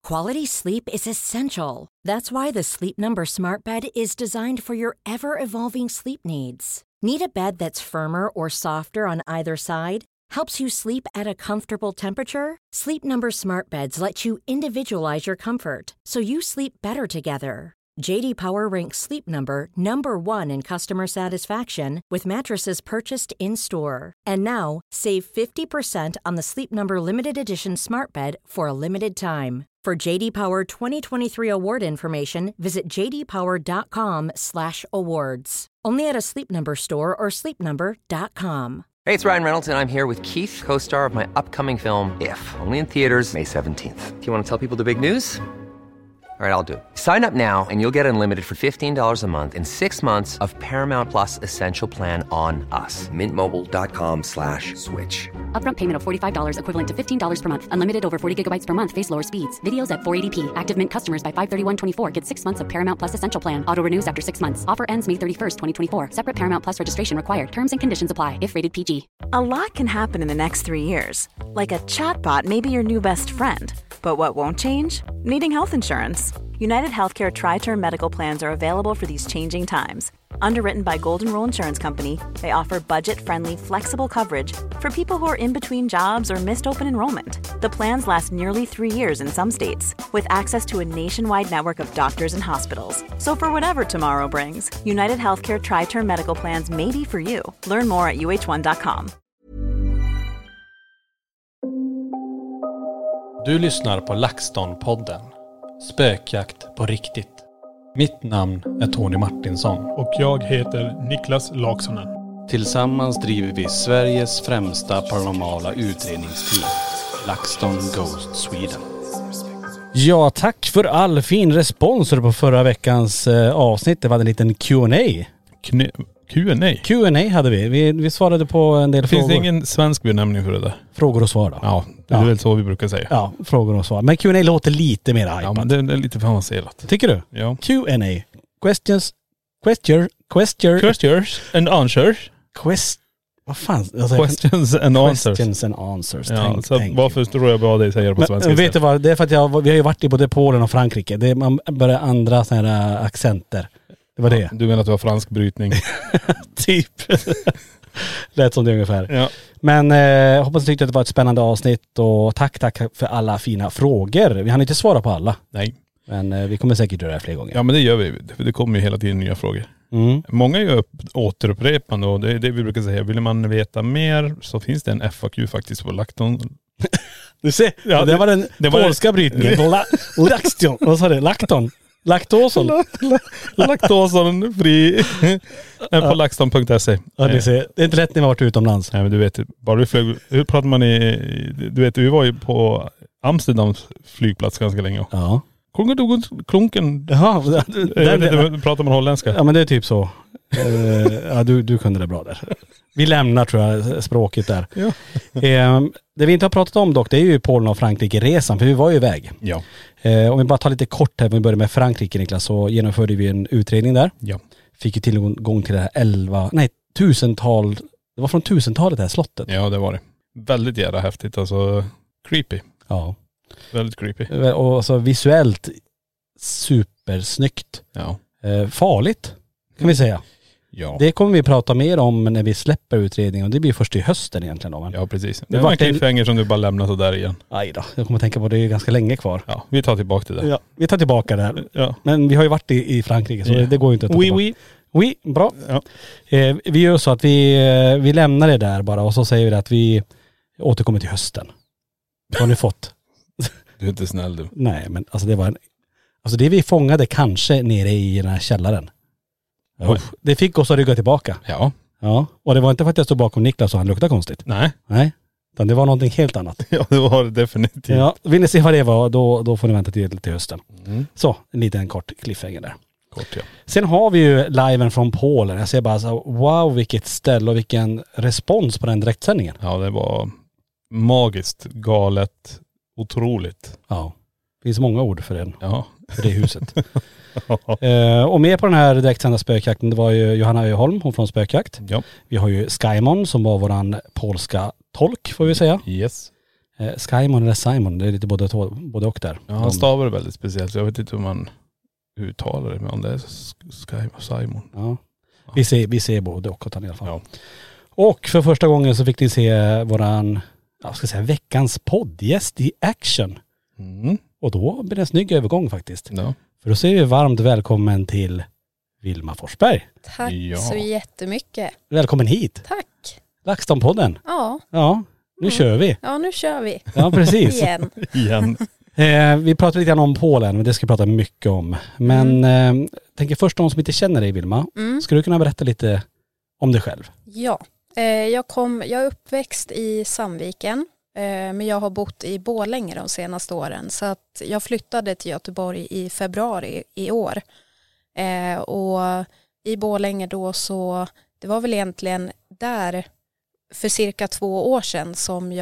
Quality sleep is essential. That's why the Sleep Number Smart Bed is designed for your ever-evolving sleep needs. Need a bed that's firmer or softer on either side? Helps you sleep at a comfortable temperature? Sleep Number Smart Beds let you individualize your comfort, so you sleep better together. J.D. Power ranks Sleep Number #1 in customer satisfaction with mattresses purchased in-store. And now, save 50% on the Sleep Number Limited Edition Smart Bed for a limited time. For J.D. Power 2023 award information, visit jdpower.com/awards. Only at a Sleep Number store or sleepnumber.com. Hey, it's Ryan Reynolds, and I'm here with Keith, co-star of my upcoming film, If, only in theaters May 17th. Do you want to tell people the big news? All right, I'll do it. Sign up now and you'll get unlimited for $15 a month and 6 months of Paramount Plus Essential Plan on us. Mintmobile.com/switch. Upfront payment of $45 equivalent to $15 per month. Unlimited over 40 gigabytes per month. Face lower speeds. Videos at 480p. Active Mint customers by 531.24 get 6 months of Paramount Plus Essential Plan. Auto renews after 6 months. Offer ends May 31st, 2024. Separate Paramount Plus registration required. Terms and conditions apply if rated PG. A lot can happen in the next 3 years. Like a chatbot may be your new best friend. But what won't change? Needing health insurance. United Healthcare Tri-Term Medical Plans are available for these changing times. Underwritten by Golden Rule Insurance Company, they offer budget-friendly, flexible coverage for people who are in between jobs or missed open enrollment. The plans last nearly 3 years in some states, with access to a nationwide network of doctors and hospitals. So for whatever tomorrow brings, United Healthcare Tri-Term Medical Plans may be for you. Learn more at uh1.com. Du lyssnar på LaxTon-podden. Spökjakt på riktigt. Mitt namn är Tony Martinsson. Och jag heter Niklas Laksonen. Tillsammans driver vi Sveriges främsta paranormala utredningsteam. LaxTon Ghost Sweden. Ja, tack för all fin respons på förra veckans avsnitt. Det var en liten Q&A. Q&A? Q&A hade vi. Vi svarade på en del frågor. Finns det ingen svensk benämning för det där? Frågor och svar då? Ja, det är väl så vi brukar säga. Ja, frågor och svar. Men Q&A låter lite mer hypat. Ja, men det är lite för avancerat. Tycker du? Ja. Q&A. Questions and answers. Vad fan? Questions and answers. Questions and answers. Ja, så varför tror jag bara det säger på svenska? Men vet du vad? Det är för att vi har ju varit i både Polen och Frankrike. Man börjar andra sådana här accenter. Det var det. Du menar att det var fransk brytning? Typ. Lät som det ungefär. Ja. Men hoppas ni tyckte att det var ett spännande avsnitt. Och tack för alla fina frågor. Vi hann inte svara på alla. Nej. Men vi kommer säkert göra det fler gånger. Ja, men det gör vi. Det kommer ju hela tiden nya frågor. Många gör återupprepande och det är det vi brukar säga. Vill man veta mer så finns det en FAQ faktiskt på LaxTon. Du ser, ja, det var den polska brytningen. LaxTon. Vad sa det? LaxTon. Laktosen. Laktosen fri på laxton.se. Ja, det är inte lätt när man varit utomlands. Nej, men du vet, bara du flög, hur pratar man du vet, vi var ju på Amsterdams flygplats ganska länge. Ja. Klunken. Jaha, pratar man holländska? Ja, men det är typ så. Ja, du kunde det bra där. Vi lämnar, tror jag, språket där. Ja. Det vi inte har pratat om dock, det är ju Polen och Frankrike-resan, för vi var ju iväg. Ja. Om vi bara tar lite kort här, om vi börjar med Frankrike, Niklas, så genomförde vi en utredning där. Ja. Fick ju tillgång till det här 1000-tal, det var från 1000-talet det här slottet. Ja, det var det. Väldigt jävla häftigt, alltså creepy. Ja. Väldigt creepy. Och så visuellt supersnyggt. Ja. Farligt, kan vi säga. Ja. Det kommer vi prata mer om när vi släpper utredningen, och det blir först i hösten egentligen då. Men ja, precis. Det var en cliffhanger som du bara lämnar så där igen. Aj då, jag kommer tänka på det är ganska länge kvar. Ja, vi tar tillbaka det där. Ja, vi tar tillbaka det här. Ja. Men vi har ju varit i Frankrike, så det går ju inte att ta tillbaka. Oui, bra. Ja. Vi gör så att vi lämnar det där bara, och så säger vi att vi återkommer till hösten. Vad har ni fått? Du är inte snäll du. Nej, men alltså det var det vi fångade kanske nere i den här källaren. Ja. Det fick oss att rygga tillbaka. Ja. Ja. Och det var inte för att jag stod bakom Niklas och han luktade konstigt. Nej. Utan det var någonting helt annat. Ja, det var det definitivt. Ja, vill ni se vad det var, då får ni vänta till hösten. Så, en liten kort cliffhanger där. Kort, ja. Sen har vi ju liven från Polen. Jag ser bara så, wow, vilket ställe och vilken respons på den direktsändningen. Ja, det var magiskt, galet, otroligt. Ja, det finns många ord för det huset. Ja. Och med på den här direktsända spökjakten, det var ju Johanna Öholm, hon från Spökjakt. Ja. Vi har ju Skymon som var våran polska tolk, får vi säga. Yes. Skymon eller Simon, det är lite både och där. Ja, han stavar det väldigt speciellt. Jag vet inte hur man uttalar det, men om det är Simon. Ja. Vi ser både och i alla fall. Ja. Och för första gången så fick ni se våran, veckans poddgäst i action. Och då blir det en snygg övergång faktiskt. Ja. För då säger vi varmt välkommen till Vilma Forsberg. Tack så jättemycket. Välkommen hit. Tack. LaxTon-podden. Ja. Ja, nu kör vi. Ja, nu kör vi. Ja, precis. Igen. Vi pratar lite grann om Polen, men det ska vi prata mycket om. Men tänker först de som inte känner dig, Vilma. Ska du kunna berätta lite om dig själv? Ja, jag är uppväxt i Sandviken. Men jag har bott i Borlänge de senaste åren. Så att jag flyttade till Göteborg i februari i år. Och i Borlänge då så, det var väl egentligen där för cirka 2 år sedan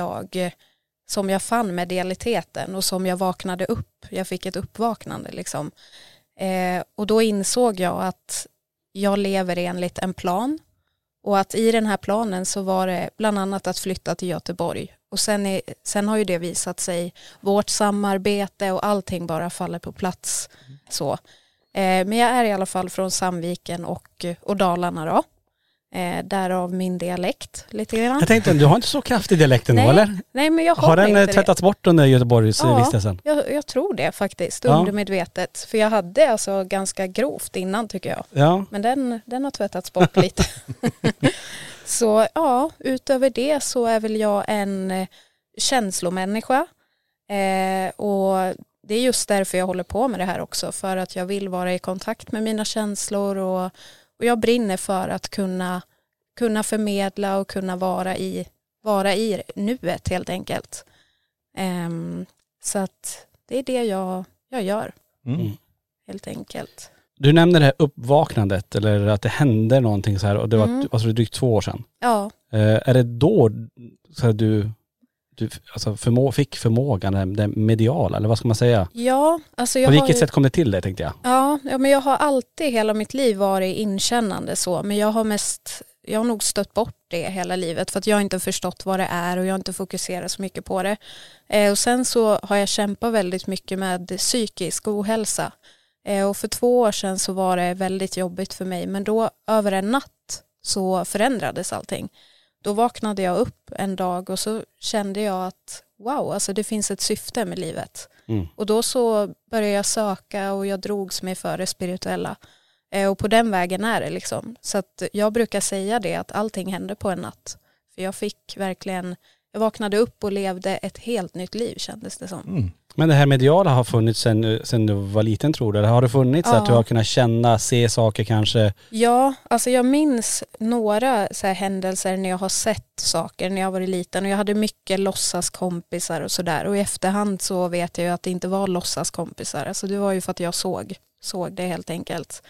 som jag fann medialiteten och som jag vaknade upp. Jag fick ett uppvaknande liksom. Och då insåg jag att jag lever enligt en plan. Och att i den här planen så var det bland annat att flytta till Göteborg. Och sen har ju det visat sig, vårt samarbete och allting bara faller på plats. Så. Men jag är i alla fall från Sandviken och Dalarna då. Därav min dialekt lite grann. Jag tänkte, du har inte så kraftig dialekt ändå, eller? Nej, men jag har den tvättats bort under Göteborgs vistelsen? Jag tror det faktiskt, undermedvetet. För jag hade alltså ganska grovt innan tycker jag. Ja. Men den har tvättats bort lite. Så ja, utöver det så är väl jag en känslomänniska. Och det är just därför jag håller på med det här också. För att jag vill vara i kontakt med mina känslor och jag brinner för att kunna förmedla och kunna vara i nuet helt enkelt. Så att det är det jag gör. Helt enkelt. Du nämnde det här uppvaknandet eller att det hände någonting så här och det var alltså drygt 2 år sedan. Ja. Är det då så här, du alltså fick förmågan, det mediala eller vad ska man säga? Ja, alltså på vilket sätt kom det till det tänkte jag? Ja, men jag har alltid hela mitt liv varit inkännande så, men jag har nog stött bort det hela livet för att jag inte förstått vad det är och jag har inte fokuserat så mycket på det. Och sen så har jag kämpat väldigt mycket med psykisk ohälsa. Och för 2 år sedan så var det väldigt jobbigt för mig, men då över en natt så förändrades allting. Då vaknade jag upp en dag och så kände jag att wow, alltså det finns ett syfte med livet. Och då så började jag söka och jag drogs mig för det spirituella. Och på den vägen är det liksom. Så att jag brukar säga det att allting hände på en natt. För jag vaknade upp och levde ett helt nytt liv kändes det som. Men det här mediala har funnits sen du var liten tror du? Eller har det funnits att du har kunnat se saker kanske? Ja, alltså jag minns några så här händelser när jag har sett saker när jag var liten. Och jag hade mycket låtsaskompisar och sådär. Och i efterhand så vet jag ju att det inte var låtsaskompisar. Alltså det var ju för att jag såg det helt enkelt.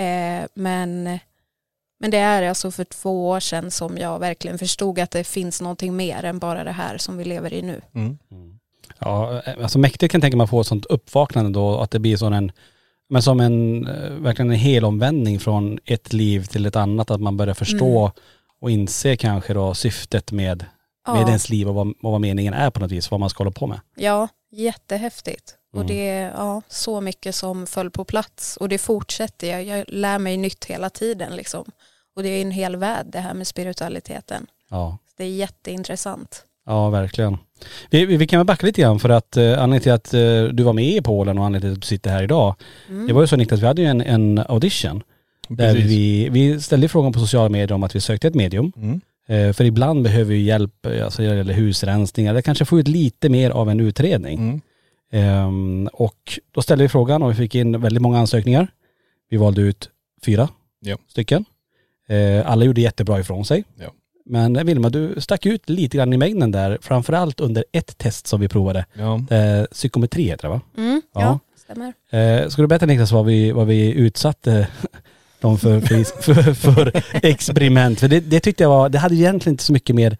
Men det är alltså för 2 år sedan som jag verkligen förstod att det finns någonting mer än bara det här som vi lever i nu. Ja, alltså mäktigt kan tänka man få ett sånt uppvaknande då, att det blir verkligen en helomvändning från ett liv till ett annat, att man börjar förstå och inse kanske då syftet med ens liv och vad meningen är på något vis, vad man ska hålla på med. Ja, jättehäftigt. Och det är så mycket som föll på plats och det fortsätter jag lär mig nytt hela tiden liksom. Och det är en hel värld det här med spiritualiteten. Ja. Det är jätteintressant. Ja, verkligen. Vi kan väl backa lite grann för att anledningen till att du var med i Polen och anledningen till att du sitter här idag. Det var ju så Niklas, vi hade ju en audition. Där vi ställde frågan på sociala medier om att vi sökte ett medium. För ibland behöver vi hjälp, alltså det gäller husrensningar, eller kanske få ut lite mer av en utredning. Och då ställde vi frågan och vi fick in väldigt många ansökningar. Vi valde ut 4 stycken. Alla gjorde jättebra ifrån sig. Ja. Men Vilma, du stack ut lite grann i mängden där, framförallt under ett test som vi provade. Ja. Psykometri heter det va? Ja, stämmer. Ska du berätta Niklas vad vi utsatte dem för experiment? För det tyckte jag var, det hade egentligen inte så mycket mer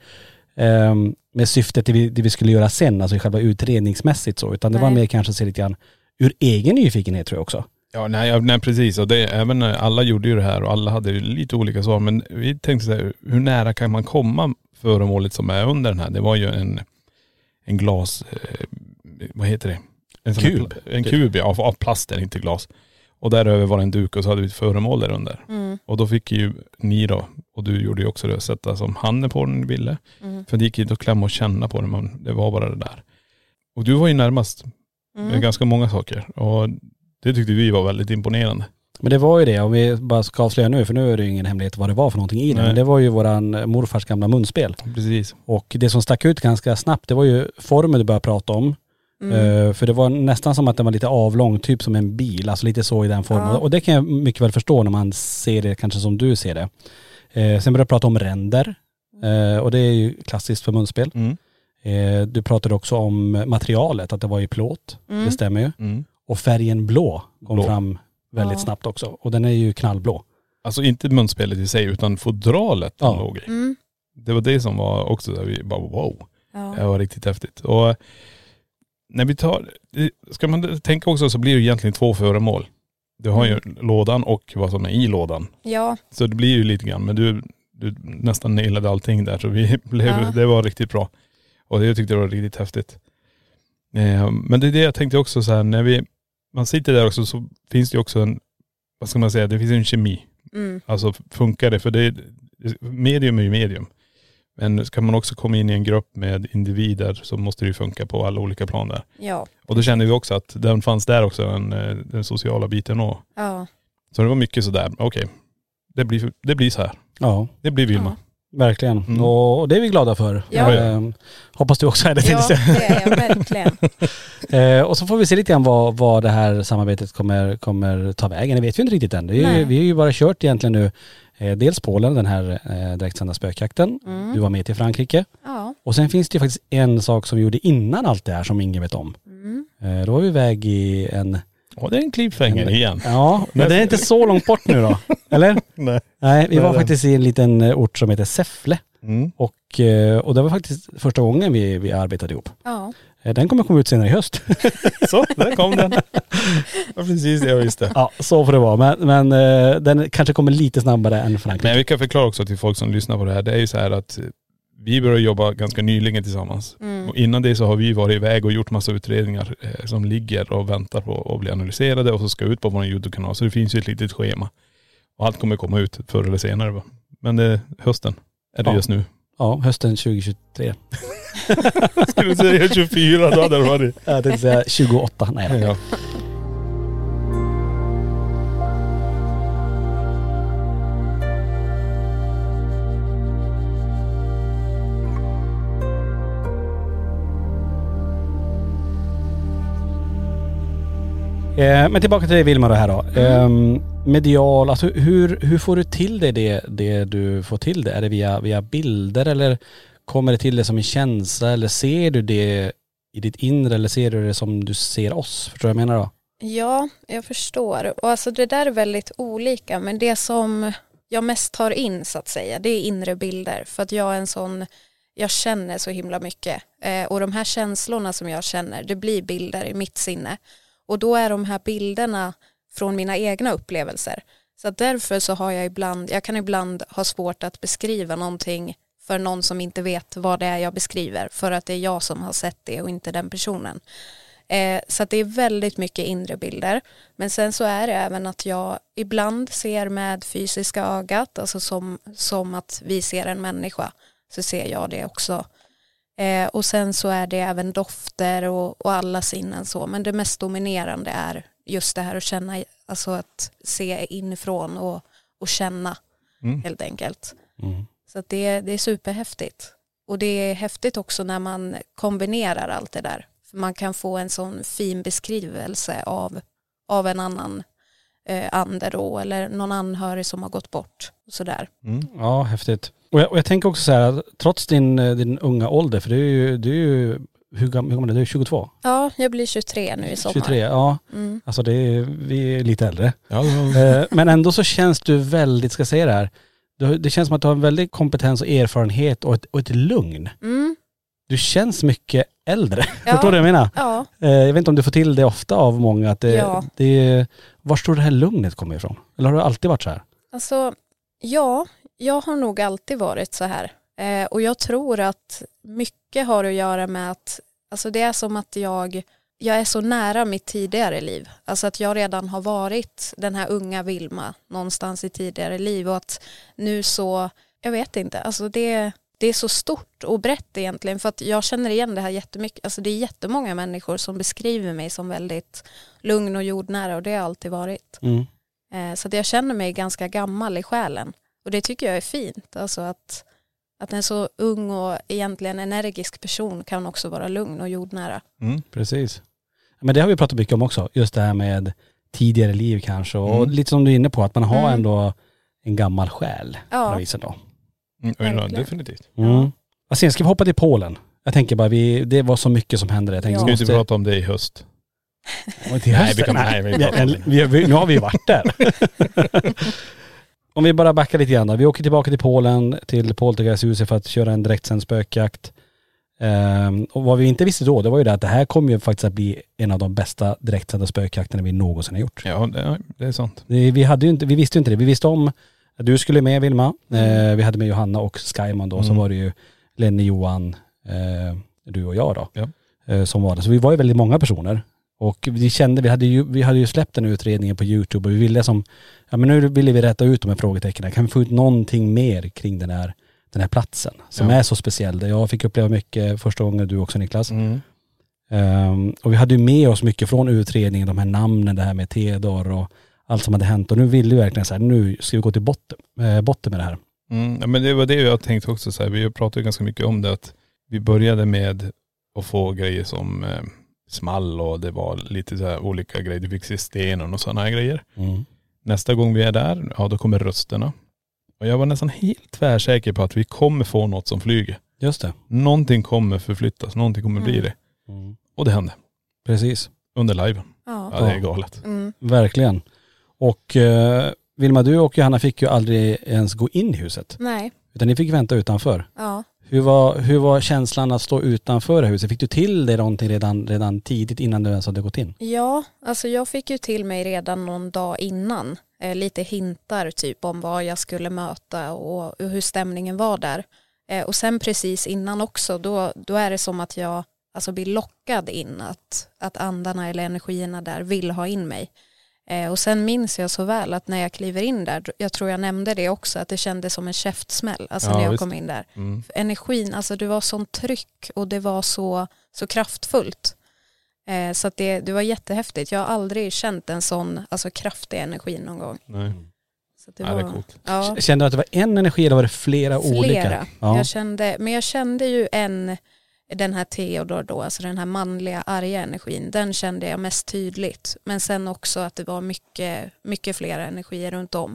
med syftet det vi skulle göra sen, alltså själva utredningsmässigt så, utan det var mer kanske se lite grann ur egen nyfikenhet tror jag också. Ja, nej precis. Och även alla gjorde ju det här och alla hade ju lite olika svar. Men vi tänkte så här, hur nära kan man komma föremålet som är under den här? Det var ju en glas, vad heter det? En kub av plast, inte glas. Och däröver var det en duk och så hade vi ett föremål där under. Och då fick ju ni då, och du gjorde ju också det, sätta som handen på den ni ville. För det gick inte att klämma och känna på den, men det var bara det där. Och du var ju närmast med ganska många saker. Och det tyckte vi var väldigt imponerande. Men det var ju det, om vi bara ska avslöja nu, för nu är det ju ingen hemlighet vad det var för någonting i det. Men det var ju våran morfars gamla munspel. Precis. Och det som stack ut ganska snabbt, det var ju formen du började prata om. För det var nästan som att den var lite avlång, typ som en bil, alltså lite så i den formen. Och det kan jag mycket väl förstå när man ser det kanske som du ser det. Sen började jag prata om ränder. Och det är ju klassiskt för munspel. Du pratade också om materialet, att det var i plåt. Det stämmer ju. Och färgen blå kom fram väldigt snabbt också. Och den är ju knallblå. Alltså inte munspelet i sig, utan fodralet den låg i. Det var det som var också där vi bara wow. Det var riktigt häftigt. Och när vi ska man tänka också, så blir det egentligen 2 föremål. Du har ju lådan och vad som är i lådan. Ja. Så det blir ju lite grann, men du nästan nailade allting där, så det var riktigt bra. Och jag tyckte det var riktigt häftigt. Men det är det jag tänkte också så här, när man sitter där också, så finns det ju också en, vad ska man säga, det finns en kemi. Alltså funkar det, för medium är ju medium. Men ska man också komma in i en grupp med individer, så måste det ju funka på alla olika plan där. Ja. Och då kände vi också att den fanns där också, den sociala biten. Och. Ja. Så det var mycket sådär, okej, det blir så här. Ja. Det blir Vilma. Verkligen. Och det är vi glada för. Ja. Hoppas du också är det. Ja, det är jag verkligen. Och så får vi se lite grann vad det här samarbetet kommer ta vägen. Det vet vi inte riktigt än. Vi har ju bara kört egentligen nu dels Polen, den här direktsända spökjakten. Du var med till Frankrike. Ja. Och sen finns det ju faktiskt en sak som vi gjorde innan allt det här som ingen vet om. Då var vi iväg i en... Ja, det är en cliffhanger igen. Ja, men det är inte så långt bort nu då. Eller? Nej, vi var faktiskt i en liten ort som heter Säffle. Och det var faktiskt första gången vi arbetade ihop. Ja. Den kommer komma ut senare i höst. Så, där kom den. Ja, precis det jag visste. Ja, så får det vara. Men den kanske kommer lite snabbare än Frankrike. Men vi kan förklara också till folk som lyssnar på det här. Det är ju så här att vi började jobba ganska nyligen tillsammans. Och innan det så har vi varit iväg och gjort massa utredningar som ligger och väntar på att bli analyserade och så ska ut på vår YouTube-kanal. Så det finns ju ett litet schema. Och allt kommer komma ut förr eller senare. Men hösten är det just nu. Ja, hösten 2023. Skulle du säga 24 då hade det varit. Jag tänkte säga 28. Nej. Ja. Men tillbaka till Vilma då här då. Medial, alltså hur får du till det du får till det? Är det via bilder eller kommer det till det som en känsla eller ser du det i ditt inre eller ser du det som du ser oss? Förstår du vad jag menar då? Ja, jag förstår. Och alltså det där är väldigt olika, men det som jag mest tar in så att säga, det är inre bilder. För att jag är en sån, jag känner så himla mycket. Och de här känslorna som jag känner, det blir bilder i mitt sinne. Och då är de här bilderna från mina egna upplevelser. Så att därför så har jag kan ibland ha svårt att beskriva någonting för någon som inte vet vad det är jag beskriver. För att det är jag som har sett det och inte den personen. Så att det är väldigt mycket inre bilder. Men sen så är det även att jag ibland ser med fysiska ögat. Alltså som att vi ser en människa. Så ser jag det också. Och sen så är det även dofter och alla sinnen så. Men det mest dominerande är just det här att känna, alltså att se inifrån och känna helt enkelt. Så att det är superhäftigt. Och det är häftigt också när man kombinerar allt det där. För man kan få en sån fin beskrivelse av en annan ande då, eller någon anhörig som har gått bort. Och sådär. Ja, häftigt. Och jag tänker också så här, trots din unga ålder, för du är ju hur gammal är du? 22? Ja, jag blir 23 nu i sommar. 23, ja. Alltså vi är lite äldre. Ja. Men ändå så känns du väldigt, ska jag säga det här, det känns som att du har en väldig kompetens och erfarenhet och ett lugn. Du känns mycket äldre. Ja. Förstår du vad jag menar? Ja. Jag vet inte om du får till det ofta av många. Att var står det här lugnet kommer ifrån? Eller har du alltid varit så här? Alltså, ja, jag har nog alltid varit så här. Och jag tror att mycket har att göra med att Alltså det är som att jag är så nära mitt tidigare liv. Alltså att jag redan har varit den här unga Vilma någonstans i tidigare liv och att nu så, jag vet inte, alltså det är så stort och brett egentligen för att jag känner igen det här jättemycket. Alltså det är jättemånga människor som beskriver mig som väldigt lugn och jordnära och det har alltid varit. Så att jag känner mig ganska gammal i själen och det tycker jag är fint. Alltså att en så ung och egentligen energisk person kan också vara lugn och jordnära. Precis. Men det har vi pratat mycket om också. Just det här med tidigare liv kanske. Och lite som du är inne på, att man har ändå en gammal själ. Ja. Då. Definitivt. Och sen ska vi hoppa till Polen. Jag tänker bara, det var så mycket som hände. Jag tänkte, ska vi inte prata om det i höst? Nu har vi varit där. Om vi bara backar lite grann då. Vi åker tillbaka till Polen, till Poltergeisthuset för att köra en direktsänd spökjakt. Och vad vi inte visste då, det var ju det att det här kommer ju faktiskt att bli en av de bästa direktsända spökjakterna vi någonsin har gjort. Ja, det är sant. Vi visste ju inte det. Vi visste om att du skulle med, Vilma. Vi hade med Johanna och Skyman då. Så var det ju Lenny, Johan, du och jag då. Ja. Som var det. Så vi var ju väldigt många personer. Och vi kände, vi hade ju släppt den utredningen på YouTube och vi ville nu ville vi rätta ut de här frågetecknen. Kan vi få ut någonting mer kring den här platsen som är så speciell. Jag fick uppleva mycket första gången, du också Niklas. Och vi hade ju med oss mycket från utredningen, de här namnen, det här med Theodor och allt som hade hänt. Och nu ville vi verkligen så här, nu ska vi gå till botten med det här. Men det var det jag tänkte också så här, vi pratade ganska mycket om det, att vi började med att få grejer som small och det var lite så här olika grejer. Du fick se stenen och sådana här grejer. Nästa gång vi är där, då kommer rösterna. Och jag var nästan helt tvärsäker på att vi kommer få något som flyger. Just det. Någonting kommer förflyttas, någonting kommer bli det. Och det hände. Precis. Under liven. Ja, det är galet. Verkligen. Och Vilma, du och Johanna fick ju aldrig ens gå in i huset. Nej. Utan ni fick vänta utanför. Ja. Hur var känslan att stå utanför huset? Fick du till dig någonting redan tidigt innan du ens hade gått in? Ja, alltså jag fick ju till mig redan någon dag innan. Lite hintar typ om vad jag skulle möta och hur stämningen var där. Och sen precis innan också, då är det som att jag blir lockad in att andarna eller energierna där vill ha in mig. Och sen minns jag så väl att när jag kliver in där, jag tror jag nämnde det också, att det kändes som en käftsmäll när jag kom in där. Energin, det var sån tryck och det var så kraftfullt. Så att det var jättehäftigt. Jag har aldrig känt en sån kraftig energi någon gång. Nej. Så det var coolt. Ja. Kände du att det var en energi eller var det flera olika? Ja. Jag kände ju den här Theodor då, den här manliga arga energin, den kände jag mest tydligt. Men sen också att det var mycket, mycket flera energier runt om.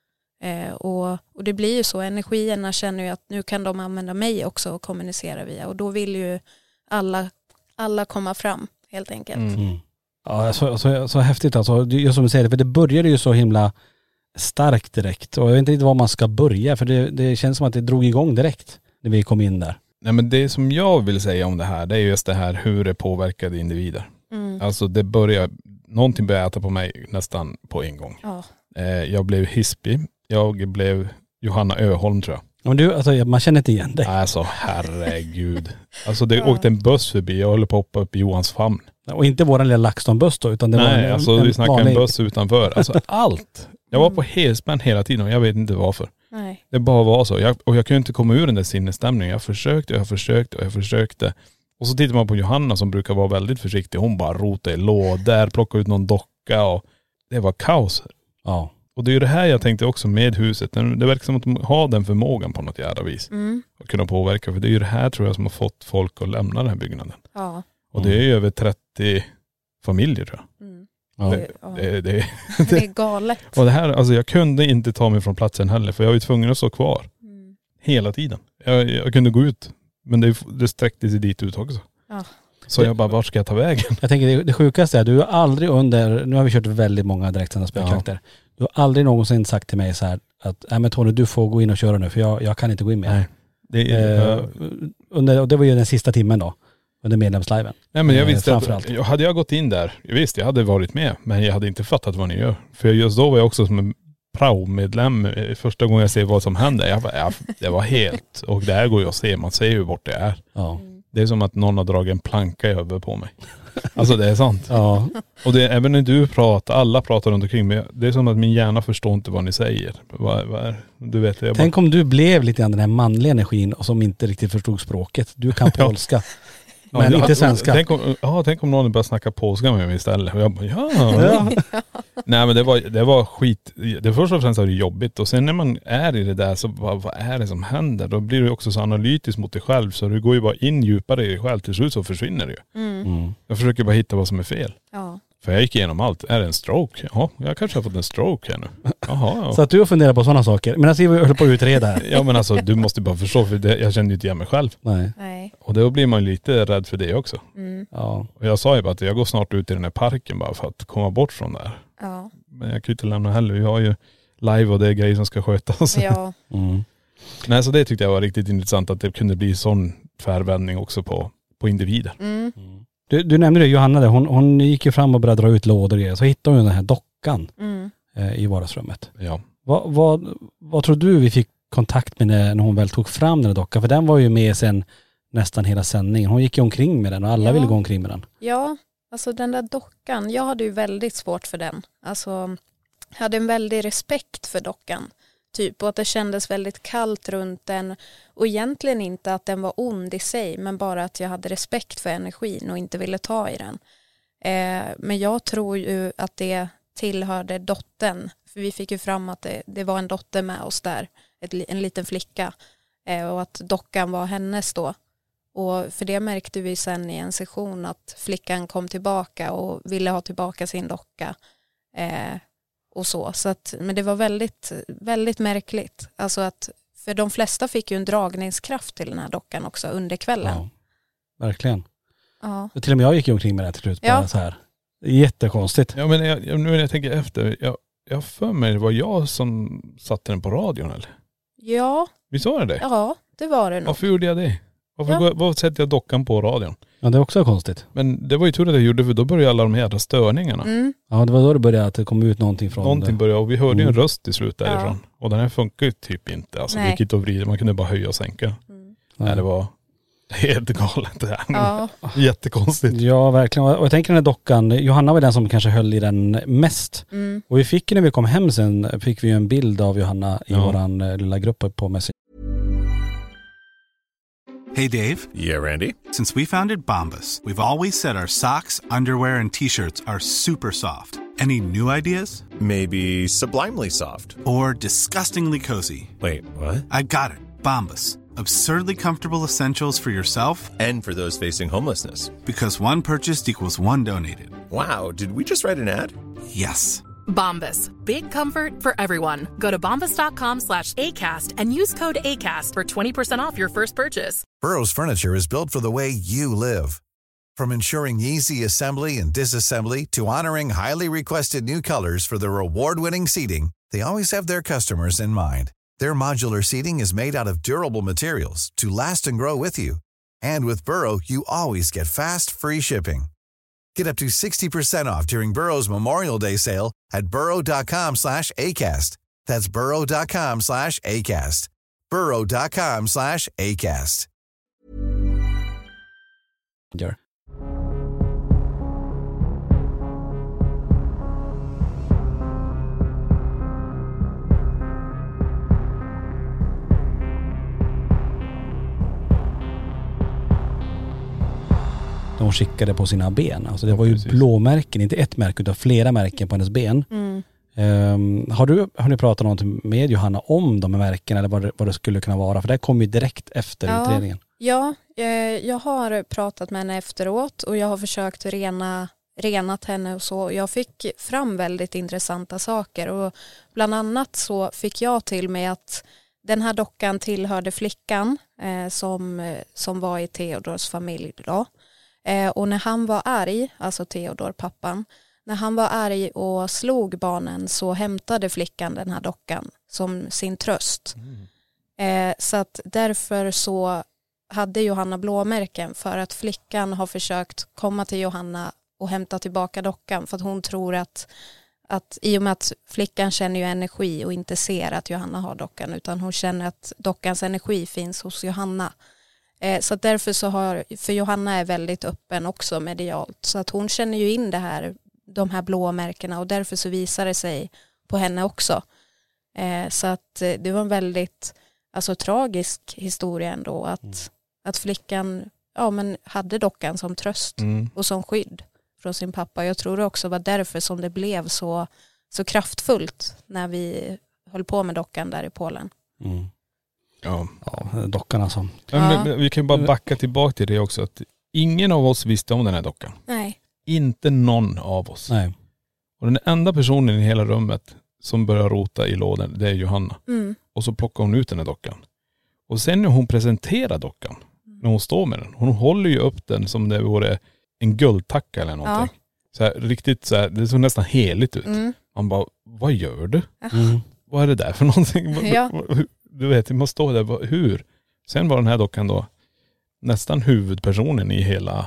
Och det blir ju så, energierna känner ju att nu kan de använda mig också och kommunicera via. Och då vill ju alla komma fram helt enkelt. Ja, så häftigt alltså. Just som du säger, för det började ju så himla starkt direkt. Och jag vet inte riktigt var man ska börja, för det känns som att det drog igång direkt när vi kom in där. Nej, men det som jag vill säga om det här, det är just det här hur det påverkade individer. Alltså någonting började äta på mig nästan på en gång. Ja. Jag blev hispig. Jag blev Johanna Öholm, tror jag. Men du, man känner inte igen dig. Alltså herregud. Det åkte en buss förbi, jag håller på att hoppa upp i Johans famn. Och inte våran lilla LaxTon-buss då, utan det var vi snackade en buss utanför. Allt. Jag var på helspänn hela tiden och jag vet inte varför. Nej. Det bara var så. Jag kunde inte komma ur den där sinnesstämningen. Jag försökte. Och så tittar man på Johanna som brukar vara väldigt försiktig. Hon bara rotade i lådor, plockade ut någon docka och det var kaos. Ja. Och det är ju det här jag tänkte också med huset. Det verkar som att de har den förmågan på något jävla vis. Att kunna påverka. För det är ju det här, tror jag, som har fått folk att lämna den här byggnaden. Ja. Och det är ju över 30 familjer, tror jag. Ja. Det är galet. Och det här, jag kunde inte ta mig från platsen heller, för jag var ju tvungen att stå kvar. Hela tiden. Jag kunde gå ut, men det sträckte sig dit ut också. Ja. Så jag bara, vart ska jag ta vägen? Jag tänker det sjukaste är, du har aldrig nu har vi kört väldigt många direktsända spökjakter. Du har aldrig någonsin sagt till mig så här att, nej men Tony, du får gå in och köra nu, för jag kan inte gå in med. Nej. Och det var ju den sista timmen då. Under medlemsliven. Nej, men jag visste att hade jag gått in där, jag hade varit med, men jag hade inte fattat vad ni gör. För just då var jag också som en prao-medlem första gången jag ser vad som händer. Det var helt, och det här går ju att se, man ser ju bort det är. Ja. Det är som att någon har dragit en planka över på mig. Alltså det är sant. Ja. Och det är, även när du pratar, alla pratar runt omkring mig. Det är som att min hjärna förstår inte vad ni säger. Vad är, du vet, jag bara... Tänk om du blev lite grann den här manliga energin och som inte riktigt förstod språket. Du kan polska. Men inte svenska. Tänk om någon börjar snacka polska med mig istället. Och jag bara, ja. Nej men det var skit. Det första och främst var det jobbigt. Och sen när man är i det där så vad är det som händer? Då blir du också så analytisk mot dig själv. Så du går ju bara in djupare i dig själv. Till slut så försvinner det ju. Jag försöker bara hitta vad som är fel. Ja. För jag gick igenom allt. Är det en stroke? Ja, jag kanske har fått en stroke här nu. Jaha, ja. Så att du har funderat på sådana saker. Men jag höll på att utreda här. Ja men alltså du måste bara förstå. För jag känner ju inte igen mig själv. Nej. Och då blir man lite rädd för det också. Ja. Och jag sa ju bara att jag går snart ut i den här parken bara för att komma bort från det här. Ja. Men jag kan ju inte lämna heller. Vi har ju live och det är grejer som ska skötas. Ja. Nej, så det tyckte jag var riktigt intressant att det kunde bli sån tvärvändning också på individer. Du nämnde det, Johanna där. Hon gick ju fram och började dra ut lådor och grejer. Så hittade hon den här dockan i vardagsrummet. Ja. Vad tror du vi fick kontakt med när hon väl tog fram den här dockan? För den var ju med sen nästan hela sändningen. Hon gick ju omkring med den och alla ville gå omkring med den. Ja, alltså den där dockan. Jag hade ju väldigt svårt för den. Alltså, jag hade en väldig respekt för dockan. Typ, och att det kändes väldigt kallt runt den. Och egentligen inte att den var ond i sig. Men bara att jag hade respekt för energin och inte ville ta i den. Men jag tror ju att det tillhörde dottern. För vi fick ju fram att det var en dotter med oss där. En liten flicka. Och att dockan var hennes då. Och för det märkte vi sen i en session att flickan kom tillbaka och ville ha tillbaka sin docka. Och så att, men det var väldigt, väldigt märkligt. Alltså att, för de flesta fick ju en dragningskraft till den här dockan också under kvällen. Ja, verkligen. Ja. Till och med jag gick omkring med det till slut. Bara så här. Jättekonstigt. Ja men nu när jag tänker efter. Jag för mig det var jag som satte den på radion eller? Ja. Visst var det? Ja, det var det nog. Varför gjorde jag det? Varför sätter jag dockan på radion? Ja, det är också konstigt. Men det var ju tur att jag gjorde, för då började alla de här jävla störningarna. Ja, det var då det började, att det kom ut någonting från någonting började, och vi hörde ju en röst i slut därifrån. Ja. Och den här funkar ju typ inte. Alltså vilket och vrider, man kunde bara höja och sänka. Nej, det var helt galet det här. Ja. Jättekonstigt. Ja, verkligen. Och jag tänker den här dockan, Johanna var den som kanske höll i den mest. Och vi fick ju när vi kom hem sen, fick vi ju en bild av Johanna i våran lilla grupp på Messenger. Hey Dave. Yeah, Randy. Since we founded Bombas, we've always said our socks, underwear, and t-shirts are super soft. Any new ideas? Maybe sublimely soft. Or disgustingly cozy. Wait, what? I got it. Bombas. Absurdly comfortable essentials for yourself and for those facing homelessness. Because one purchased equals one donated. Wow, did we just write an ad? Yes. Bombas. Big comfort for everyone. Go to bombas.com/ACAST and use code ACAST for 20% off your first purchase. Burrow's furniture is built for the way you live. From ensuring easy assembly and disassembly to honoring highly requested new colors for their award-winning seating, they always have their customers in mind. Their modular seating is made out of durable materials to last and grow with you. And with Burrow, you always get fast, free shipping. Get up to 60% off during Burrow's Memorial Day sale at burrow.com/ACAST. That's burrow.com/ACAST. burrow.com/ACAST. De skickade på sina ben. Alltså det var ju blåmärken, inte ett märke utan flera märken på hennes ben. Har ni pratat någonting med Johanna om de här märken eller vad det skulle kunna vara? För det kom ju direkt efter utredningen. Ja, jag har pratat med henne efteråt och jag har försökt renat henne och så. Jag fick fram väldigt intressanta saker och bland annat så fick jag till mig att den här dockan tillhörde flickan som var i Theodors familj då. Och när han var arg, alltså Theodor, pappan, när han var arg och slog barnen så hämtade flickan den här dockan som sin tröst. Så att därför så hade Johanna blåmärken för att flickan har försökt komma till Johanna och hämta tillbaka dockan för att hon tror att i och med att flickan känner ju energi och inte ser att Johanna har dockan utan hon känner att dockans energi finns hos Johanna. Så att därför för Johanna är väldigt öppen också medialt. Så att hon känner ju in de här blåmärkena och därför så visar det sig på henne också. Så att det var en väldigt tragisk historia ändå att flickan hade dockan som tröst och som skydd från sin pappa. Jag tror det också var därför som det blev så kraftfullt när vi höll på med dockan där i Polen. Ja, dockan alltså. Men vi kan ju bara backa tillbaka till det också, att ingen av oss visste om den här dockan. Nej. Inte någon av oss. Nej. Och den enda personen i hela rummet som börjar rota i lådan, det är Johanna. Och så plockar hon ut den här dockan. Och sen när hon presenterar dockan, när hon står med den, hon håller ju upp den som det vore en guldtacka eller någonting. Så här, riktigt så här, det såg nästan heligt ut. Man bara, vad gör du? Vad är det där för någonting? Ja. Du vet, man står där, hur? Sen var den här dockan då nästan huvudpersonen i hela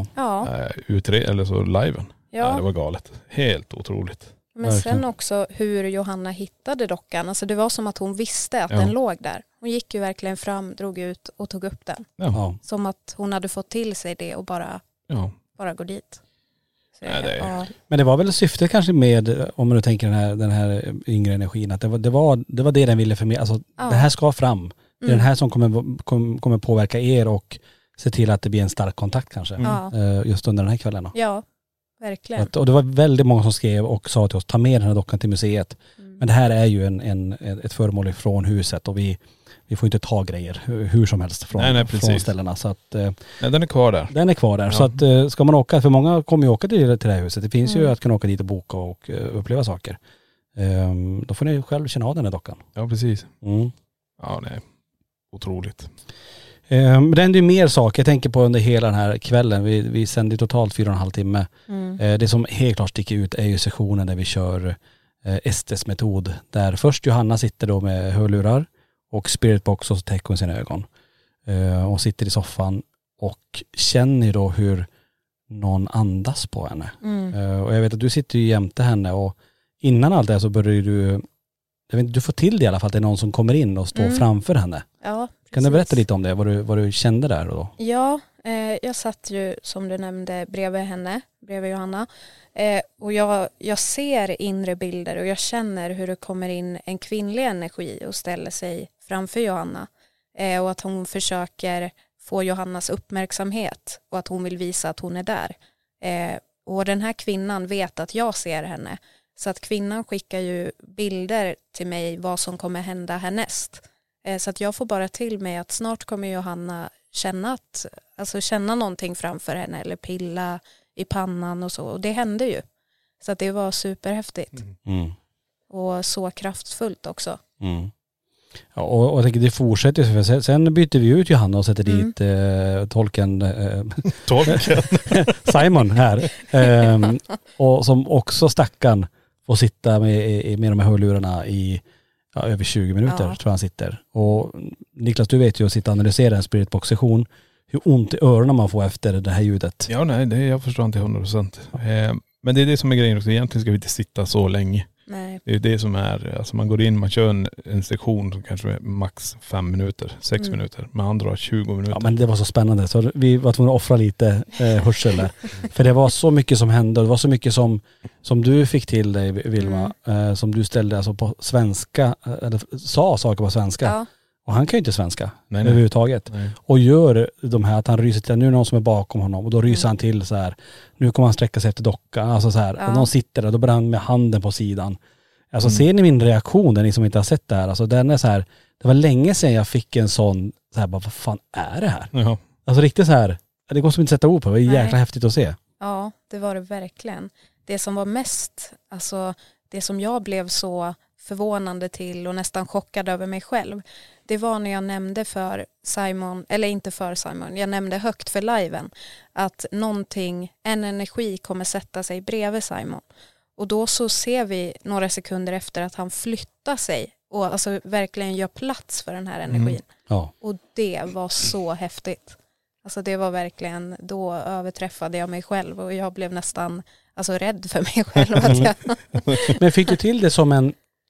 eller så liven. Ja, det var galet. Helt otroligt. Men sen också hur Johanna hittade dockan. Alltså det var som att hon visste att den låg där. Hon gick ju verkligen fram, drog ut och tog upp den. Ja. Som att hon hade fått till sig det och bara gå dit. Så, Men det var väl syftet kanske med, om man nu tänker den här yngre energin, att det var det den ville förmedla. Alltså det här ska fram. Det är den här som kommer påverka er och se till att det blir en stark kontakt kanske. Just under den här kvällen. Ja, verkligen. Och det var väldigt många som skrev och sa till oss, ta med den här dockan till museet. Men det här är ju ett föremål från huset och vi får inte ta grejer hur som helst från ställena. Så att, den är kvar där. Den är kvar där. Så att ska man åka, för många kommer ju åka till det här huset. Det finns ju att kunna åka dit och boka och uppleva saker. Då får ni själv känna av den här dockan. Ja, precis. Ja, nej. Otroligt. Men det händer ju mer saker. Jag tänker på under hela den här kvällen. Vi sänder totalt 4,5 timme. Det som helt klart sticker ut är ju sessionen där vi kör Estes metod. Där först Johanna sitter då med hörlurar och spiritbox och så täcker hon sina ögon. Och sitter i soffan och känner då hur någon andas på henne. Och jag vet att du sitter ju jämte henne och innan allt det så börjar du får till det i alla fall att det är någon som kommer in och står framför henne. Ja, precis. Kan du berätta lite om det? Vad du kände där då? Ja, jag satt ju som du nämnde bredvid Johanna. Och jag ser inre bilder och jag känner hur det kommer in en kvinnlig energi och ställer sig framför Johanna. Och att hon försöker få Johannas uppmärksamhet och att hon vill visa att hon är där. Och den här kvinnan vet att jag ser henne. Så att kvinnan skickar ju bilder till mig vad som kommer hända härnäst. Så att jag får bara till mig att snart kommer Johanna känna någonting framför henne eller pilla i pannan och så. Och det hände ju. Så att det var superhäftigt. Och så kraftfullt också. Ja, och jag tänker det fortsätter. För sen byter vi ut Johanna och sätter dit tolken Simon här. Och som också stackarn får sitta med de här hörlurarna i över 20 minuter tror jag han sitter. Och Niklas, du vet ju att sitta och analysera en spiritbox-session, hur ont i öronen man får efter det här ljudet. Ja, nej, jag förstår inte 100%. Men det är det som är grejen också. Egentligen ska vi inte sitta så länge. Nej. Det är det som är, alltså man går in, man kör en sektion som kanske är max 5 minuter, 6 minuter. Men andra har 20 minuter. Ja, men det var så spännande. Så vi var tvungna att offra lite hörsel där. För det var så mycket som hände. Det var så mycket som du fick till dig, Vilma. Som du ställde alltså på svenska, eller sa saker på svenska. Ja. Och han kan ju inte svenska överhuvudtaget. Nej. Och gör de här att han ryser till, nu är någon som är bakom honom och då ryser han till så här. Nu kommer han sträcka sig efter dockan. Alltså så här. Och någon sitter där, då börjar han med handen på sidan. Alltså ser ni min reaktion, den ni som inte har sett det här. Alltså den är så här, det var länge sedan jag fick en sån, så här, bara, vad fan är det här? Jaha. Alltså riktigt så här, det går som inte sätta ord på, det var jäkla häftigt att se. Ja, det var det verkligen. Det som var mest, alltså det som jag blev så förvånande till och nästan chockad över mig själv, det var när jag nämnde för Simon, eller inte för Simon, jag nämnde högt för liven att en energi kommer sätta sig bredvid Simon. Och då så ser vi några sekunder efter att han flyttar sig och alltså verkligen gör plats för den här energin. Ja. Och det var så häftigt. Alltså det var verkligen, då överträffade jag mig själv och jag blev nästan rädd för mig själv. Men fick du till det som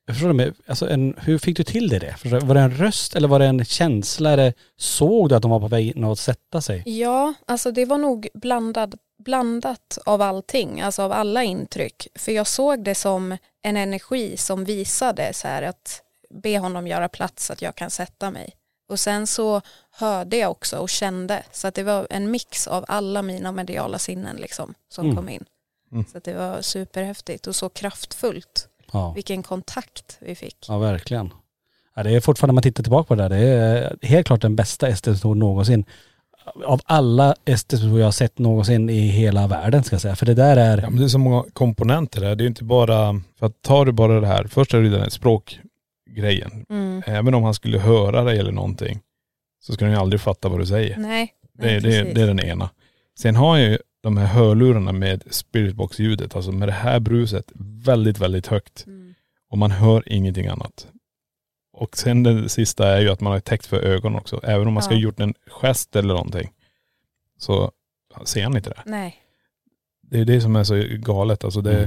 Jag förstår det, alltså hur fick du till det? Var det en röst eller var det en känsla? Eller såg du att de var på väg att sätta sig? Ja, alltså det var nog blandat av allting, alltså av alla intryck. För jag såg det som en energi som visade så här att be honom göra plats så att jag kan sätta mig. Och sen så hörde jag också och kände, så att det var en mix av alla mina mediala sinnen liksom som kom in. Så att det var superhäftigt och så kraftfullt. Ja. Vilken kontakt vi fick. Ja, verkligen. Ja, det är fortfarande, när man tittar tillbaka på det där, det är helt klart den bästa ST-metod någonsin. Av alla ST-metoder jag har sett någonsin i hela världen, ska jag säga. För det där är... Ja, men det är så många komponenter där. Det är ju inte bara... För att tar du bara det här, först är det den här språkgrejen. Även om han skulle höra dig eller någonting så ska han ju aldrig fatta vad du säger. Nej, det är den ena. Sen har jag ju de här hörlurarna med spiritbox-ljudet, alltså med det här bruset väldigt, väldigt högt. Och man hör ingenting annat. Och sen det sista är ju att man har täckt för ögonen också. Även om man ska ha gjort en gest eller någonting så ser han inte det. Nej. Det är det som är så galet. Alltså det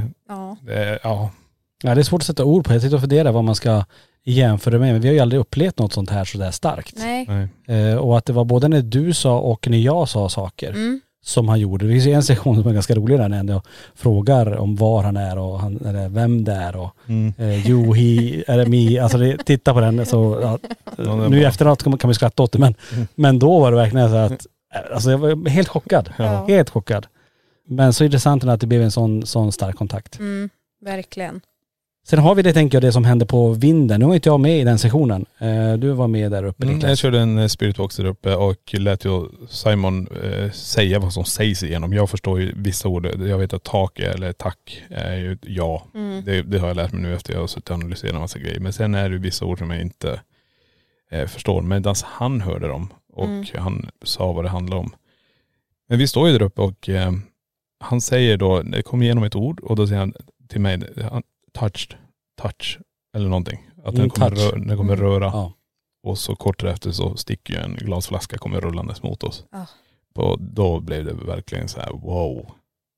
är svårt att sätta ord på. Jag sitter och funderar vad man ska jämföra med. Men vi har ju aldrig upplevt något sånt här så där starkt. Nej. Och att det var både när du sa och när jag sa saker som han gjorde. Det finns ju en sektion som är ganska rolig där när jag frågar om var han är och eller vem det är och you, he, är det me. Alltså titta på den så nu i efteråt kan vi skratta åt det men då var det verkligen så att alltså jag var helt chockad. Helt chockad. Men så intressant att det blev en sån stark kontakt. Verkligen. Sen har vi det, tänker jag, det som hände på vinden. Nu var inte jag med i den sessionen. Du var med där uppe. Jag körde en spiritbox där uppe och lät ju Simon säga vad som sägs igenom. Jag förstår ju vissa ord. Jag vet att tak eller tack är ju ja. Det har jag lärt mig nu efter jag har suttit och analyserat en massa grejer. Men sen är det vissa ord som jag inte förstår. Medan han hörde dem och han sa vad det handlade om. Men vi står ju där uppe och han säger då, det kommer igenom ett ord och då säger han till mig, touch eller någonting. Att den kommer röra. Ja. Och så kort efter så sticker ju en glasflaska kommer rullandes mot oss. Då blev det verkligen så här, wow.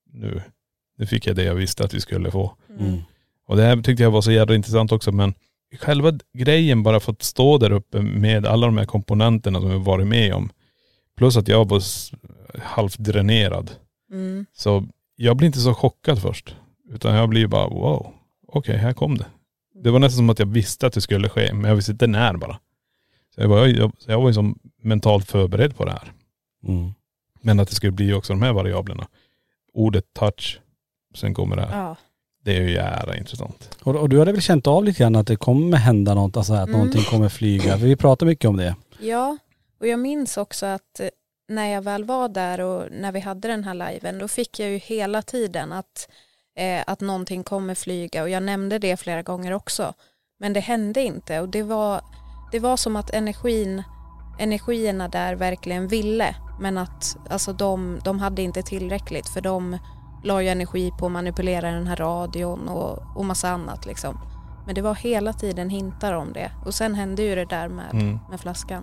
Nu fick jag det jag visste att vi skulle få. Och det här tyckte jag var så jävla intressant också. Men själva grejen, bara fått stå där uppe med alla de här komponenterna som vi varit med om. Plus att jag var halvt dränerad. Så jag blir inte så chockad först. Utan jag blir bara, wow. Okej, här kom det. Det var nästan som att jag visste att det skulle ske, men jag visste inte när bara. Så jag var ju som mentalt förberedd på det här. Men att det skulle bli också de här variablerna. Ordet touch, sen kommer det här. Ja. Det är ju jävla intressant. Och du hade väl känt av lite grann att det kommer hända något, alltså att någonting kommer flyga. Vi pratar mycket om det. Ja, och jag minns också att när jag väl var där och när vi hade den här liven, då fick jag ju hela tiden att någonting kommer flyga, och jag nämnde det flera gånger också, men det hände inte, och det var som att energierna där verkligen ville, men att alltså de hade inte tillräckligt, för de la ju energi på att manipulera den här radion och massa annat liksom. Men det var hela tiden hintar om det, och sen hände ju det där med flaskan.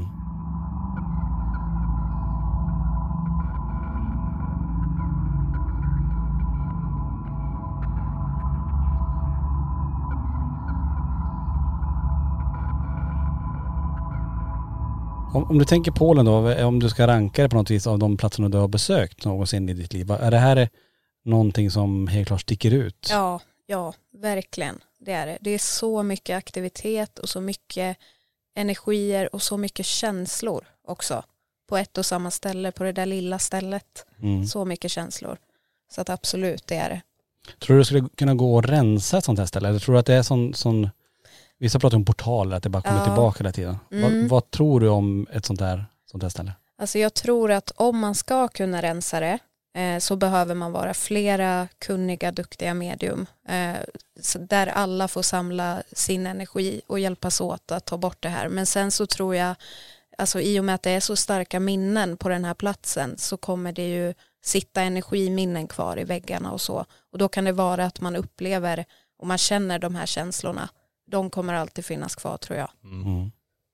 Om du tänker Polen då, om du ska ranka det på något vis av de platserna du har besökt någonsin i ditt liv, är det här någonting som helt klart sticker ut? Ja, verkligen. Det är det. Det är så mycket aktivitet och så mycket energier och så mycket känslor också. På ett och samma ställe, på det där lilla stället. Så mycket känslor. Så att absolut, det är det. Tror du skulle kunna gå och rensa ett sånt här ställe? Eller tror du att det är sån vissa pratar om portaler, att det bara kommer tillbaka hela tiden. Vad tror du om ett sånt här ställe? Alltså jag tror att om man ska kunna rensa det så behöver man vara flera kunniga, duktiga medium. Där alla får samla sin energi och hjälpas åt att ta bort det här. Men sen så tror jag, alltså i och med att det är så starka minnen på den här platsen, så kommer det ju sitta energiminnen kvar i väggarna och så. Och då kan det vara att man upplever och man känner de här känslorna. De kommer alltid finnas kvar, tror jag.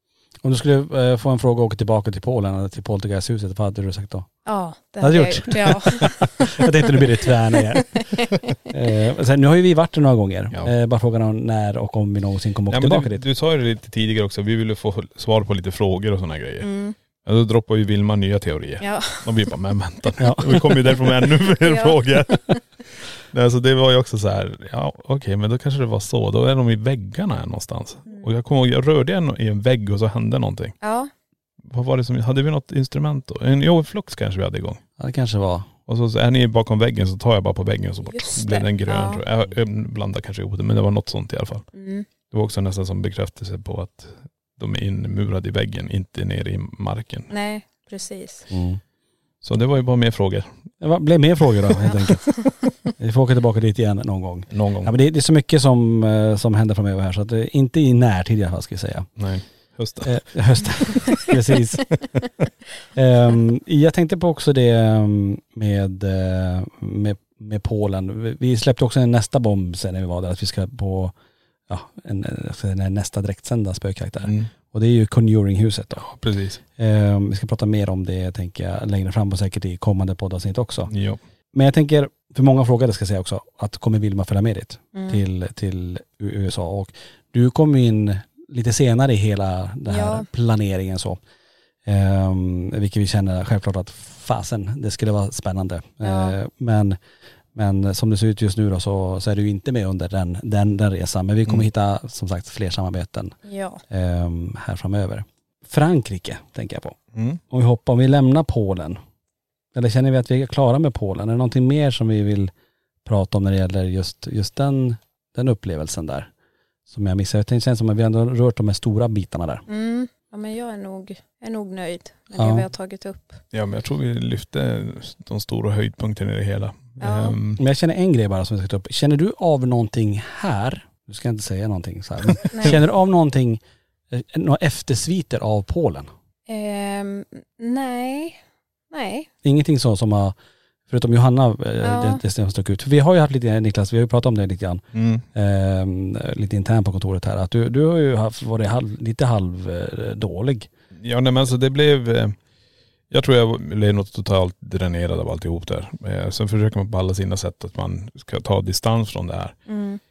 Om du skulle få en fråga och åka tillbaka till Polen eller till Poltergeisthuset, vad hade du sagt då? Ja, det hade jag gjort. Ja. Jag tänkte nu blir det tvärna igen. Sen, nu har ju vi varit där några gånger. Ja. Bara frågan om när och om vi någonsin kommer åka tillbaka dit. Du sa ju lite tidigare också, vi ville få svar på lite frågor och sådana grejer. Ja, då droppar ju Vilma nya teorier. Ja. De blir bara, men vänta. Ja. Vi kommer ju därifrån med ännu fler frågor. Alltså det var ju också så här, ja okej, men då kanske det var så. Då är de i väggarna här någonstans. Och jag kommer ihåg, jag rörde i en vägg och så hände någonting. Ja. Vad var det som, hade vi något instrument då? En flux kanske vi hade igång. Ja, det kanske var. Och så är ni bakom väggen så tar jag bara på väggen och så blir den grön. Ja. Jag blandar kanske ihop det, men det var något sånt i alla fall. Det var också nästan som bekräftelse på att de är inmurade i väggen, inte nere i marken. Nej, precis. Så det var ju bara mer frågor. Det blev mer frågor då helt enkelt. Vi får åka tillbaka dit igen någon gång. Ja, men det är så mycket som händer framöver här så att det är inte i närtid i alla fall ska jag säga. Nej, hösten. Hösten, precis. Jag tänkte på också det med Polen. Vi släppte också en nästa bomb sen när vi var där, att vi ska på en nästa direktsända spökjakt där. Och det är ju Conjuring-huset då. Ja, precis. Vi ska prata mer om det, tänker jag, längre fram och säkert i kommande poddavsnitt också. Jo. Men jag tänker, för många frågade ska jag säga också, att kommer Vilma följa med dit till USA? Och du kom in lite senare i hela den här planeringen så. Vilket vi känner självklart att fasen, det skulle vara spännande. Ja. Men som det ser ut just nu då så är du inte med under den resan. Men vi kommer hitta som sagt fler samarbeten här framöver. Frankrike tänker jag på. Om vi lämnar Polen. Eller känner vi att vi är klara med Polen? Är det någonting mer som vi vill prata om när det gäller just den upplevelsen där? Som jag missade. Det känns som att vi ändå rört de här stora bitarna där. Ja, men jag är nog nöjd med det vi har tagit upp. Ja, men jag tror vi lyfte de stora höjdpunkterna i det hela. Ja. Men jag känner en grej bara som jag ska ta upp. Känner du av någonting här? Du ska inte säga någonting så här. Men känner du av någonting, några eftersviter av Polen? Nej. Ingenting så som har, förutom Johanna, det som stuck ut. För vi har ju haft lite, Niklas, vi har ju pratat om det lite grann. Lite internt på kontoret här. Att du har ju varit lite halvdålig. Ja, nej, men alltså det blev... Jag tror jag blev något totalt dränerad av alltihop där. Sen försöker man på alla sina sätt att man ska ta distans från det här.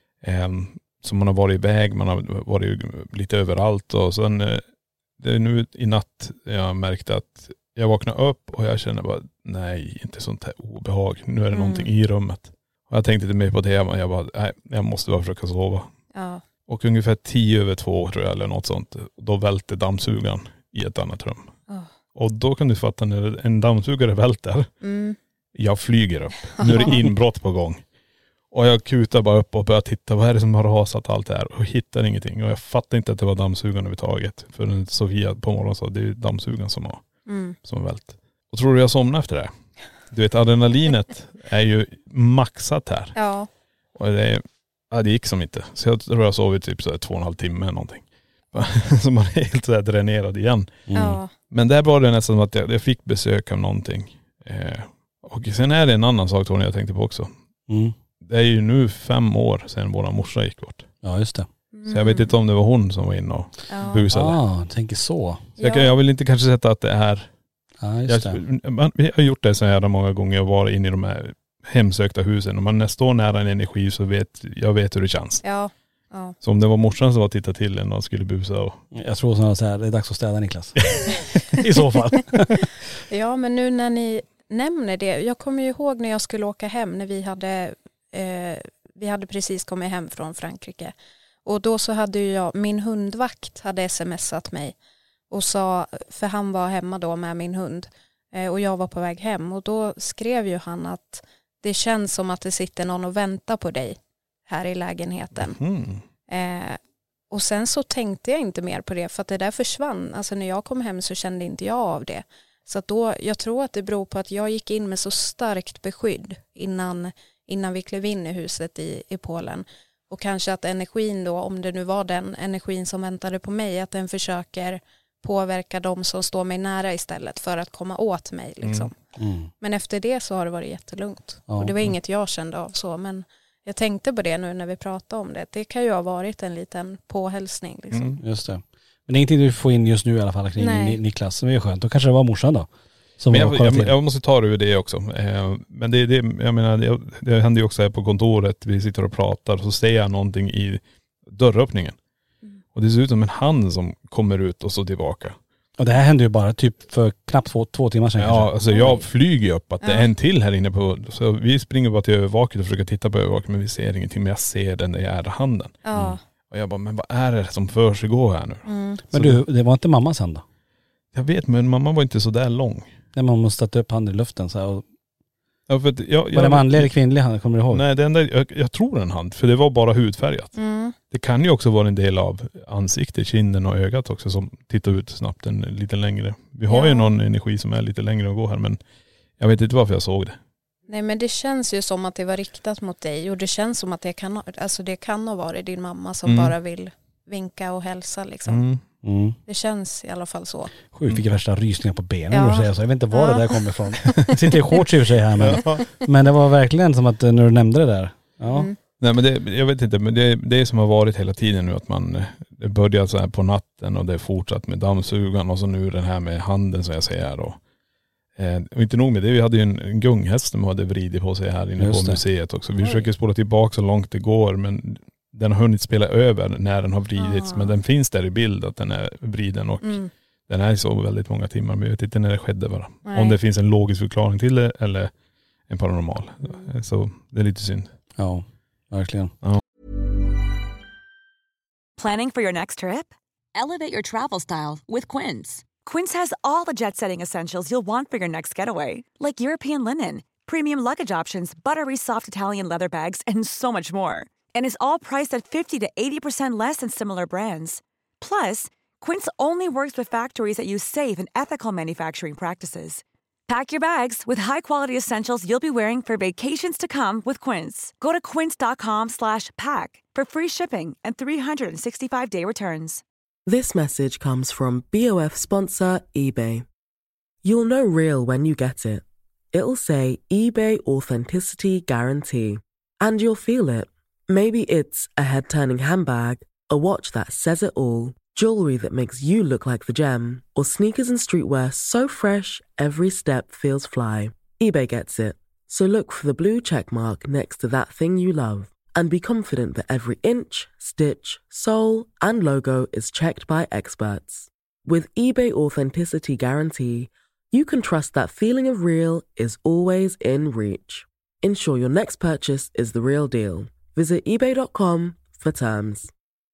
Så man har varit iväg, man har varit lite överallt. Och sen det är nu i natt jag märkte att jag vaknade upp och jag kände bara, nej, inte sånt här obehag. Nu är det någonting i rummet. Och jag tänkte lite mer på det. Jag bara, nej, jag måste bara försöka sova. Ja. Och ungefär 10:02 tror jag eller något sånt. Då välte dammsugaren i ett annat rum. Och då kan du fatta när en dammsugare välter. Jag flyger upp. Nu är det inbrott på gång. Och jag kutar bara upp och börjar titta. Vad är det som har rasat allt det här? Och hittar ingenting. Och jag fattar inte att det var dammsugaren överhuvudtaget. För Sofia på morgonen sa det är dammsugaren som har vält. Och tror du jag somnade efter det? Du vet, adrenalinet är ju maxat här. Ja. Och det gick som inte. Så jag tror jag sov i typ 2,5 timmar eller någonting. Så man är helt så här dränerad igen. Ja. Men där var det nästan som att jag fick besök av någonting. Och sen är det en annan sak Tony jag tänkte på också. Det är ju nu 5 år sedan våra morsa gick bort. Ja, just det. Så jag vet inte om det var hon som var inne och busade. Tänker så. Jag vill inte kanske sätta att det är... Ja, just det. Vi har gjort det så här många gånger och varit inne i de här hemsökta husen. Om man står nära en energi så vet hur det känns. Ja. Så om det var morsan som var titta till en och skulle busa och... Jag tror så här, det är dags att städa Niklas. I så fall. Ja, men nu när ni nämner det. Jag kommer ju ihåg när jag skulle åka hem när vi hade precis kommit hem från Frankrike. Och då så hade min hundvakt hade smsat mig och sa, för han var hemma då med min hund och jag var på väg hem. Och då skrev ju han att det känns som att det sitter någon och väntar på dig här i lägenheten. Och sen så tänkte jag inte mer på det för att det där försvann. Alltså när jag kom hem så kände inte jag av det. Så att då, jag tror att det beror på att jag gick in med så starkt beskydd innan vi klev in i huset i Polen. Och kanske att energin då, om det nu var den energin som väntade på mig, att den försöker påverka de som står mig nära istället för att komma åt mig. Liksom. Men efter det så har det varit jättelugnt. Och det var inget jag kände av så, men jag tänkte på det nu när vi pratade om det. Det kan ju ha varit en liten påhälsning. Liksom. Just det. Men det är ingenting du får in just nu i alla fall kring Niklas, som är skönt. Då kanske det var morsan då. Som men jag måste ta det ur det också. Men jag menar, det händer ju också här på kontoret. Vi sitter och pratar och så ser jag någonting i dörröppningen. Och det ser ut som en hand som kommer ut och så tillbaka. Och det här hände ju bara typ för knappt två timmar sedan. Ja, alltså jag flyger upp att det är en till här inne på. Så vi springer bara till övervaket och försöker titta på övervaket, men vi ser ingenting. Men jag ser den där jävla handen. Ja. Och jag bara, men vad är det som försiggår här nu? Men du, det var inte mammas hand då? Jag vet, men mamma var inte så där lång. Nej, man måste sätta upp handen i luften så här. Och... Ja, för att var det manlig eller kvinnlig hand, kommer du ihåg? Nej, det enda, jag tror en hand, för det var bara hudfärgat. Det kan ju också vara en del av ansiktet, kinden och ögat också som tittar ut snabbt en lite längre. Vi har ju någon energi som är lite längre att gå här, men jag vet inte varför jag såg det. Nej, men det känns ju som att det var riktat mot dig, och det känns som att det kan ha varit din mamma som bara vill vinka och hälsa liksom. Det känns i alla fall så. Sjukt, fick värsta rysningar på benen och säga så. Jag vet inte var det där kommer ifrån. Jag sitter i shorts i och för sig här, men det var verkligen som att när du nämnde det där. Ja. Nej, men jag vet inte, men det som har varit hela tiden nu, att det började så här på natten och det fortsatt med dammsugan och så nu den här med handen som jag säger då. Och inte nog med det, vi hade ju en gunghäst som hade vridit på sig här inne på museet också. Vi försöker spola tillbaka så långt det går, men den har hunnit spela över när den har vridits. Men den finns där i bild att den är vriden och den är så väldigt många timmar. Men jag vet inte när det skedde bara. Om det finns en logisk förklaring till det eller en paranormal. Så det är lite synd. Ja, verkligen. Ja. Planning for your next trip? Elevate your travel style with Quince. Quince has all the jet-setting essentials you'll want for your next getaway. Like European linen, premium luggage options, buttery soft Italian leather bags, and so much more. And is all priced at 50 to 80% less than similar brands. Plus, Quince only works with factories that use safe and ethical manufacturing practices. Pack your bags with high-quality essentials you'll be wearing for vacations to come with Quince. Go to quince.com/pack for free shipping and 365-day returns. This message comes from BOF sponsor eBay. You'll know real when you get it. It'll say eBay Authenticity Guarantee. And you'll feel it. Maybe it's a head-turning handbag, a watch that says it all, jewelry that makes you look like the gem, or sneakers and streetwear so fresh every step feels fly. eBay gets it. So look for the blue check mark next to that thing you love. And be confident that every inch, stitch, sole, and logo is checked by experts. With eBay Authenticity Guarantee, you can trust that feeling of real is always in reach. Ensure your next purchase is the real deal. Visit ebay.com for terms.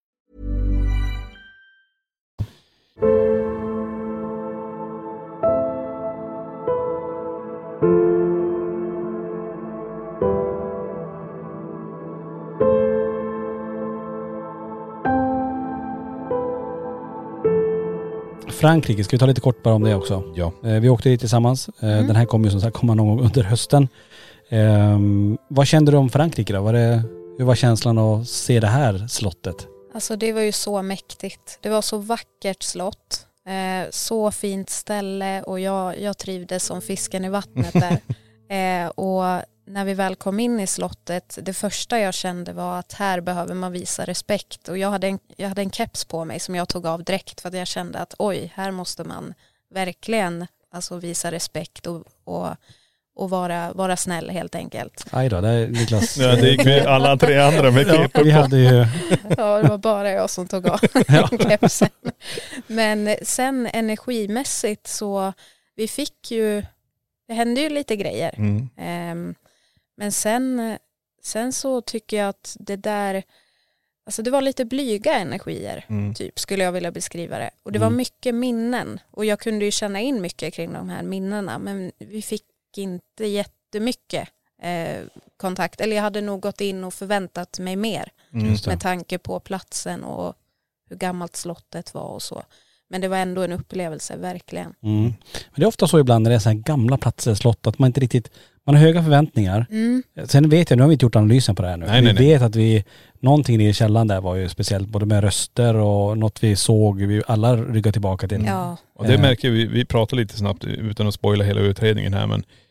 Frankrike, ska vi ta lite kort bara om det också? Ja. Vi åkte dit tillsammans. Den här kommer ju som sagt komma någon gång under hösten. Vad kände du om Frankrike då? Hur var känslan att se det här slottet? Alltså det var ju så mäktigt. Det var så vackert slott. Så fint ställe och jag trivdes som fisken i vattnet där. Och när vi väl kom in i slottet, det första jag kände var att här behöver man visa respekt. Och jag hade en keps på mig som jag tog av direkt för att jag kände att oj, här måste man verkligen alltså visa respekt och vara snäll helt enkelt. Aj då, det är Niklas. Ja, det gick vi alla tre andra med kepen vi hade ju... Ja, det var bara jag som tog av kepsen. Men sen energimässigt så vi fick ju, det hände ju lite grejer. Men sen så tycker jag att det där, alltså det var lite blyga energier typ, skulle jag vilja beskriva det. Och det var mycket minnen. Och jag kunde ju känna in mycket kring de här minnena. Men vi fick inte jättemycket kontakt. Eller jag hade nog gått in och förväntat mig mer. Med tanke på platsen och hur gammalt slottet var och så. Men det var ändå en upplevelse, verkligen. Men det är ofta så ibland när det är så här gamla platser, slott, att man inte riktigt, man har höga förväntningar. Sen vet jag, nu har vi inte gjort analysen på det här nu. Nej. Vet att någonting i källan där var ju speciellt, både med röster och något vi såg, vi alla ryggar tillbaka till. Ja. Och det märker vi pratar lite snabbt utan att spoila hela utredningen här, men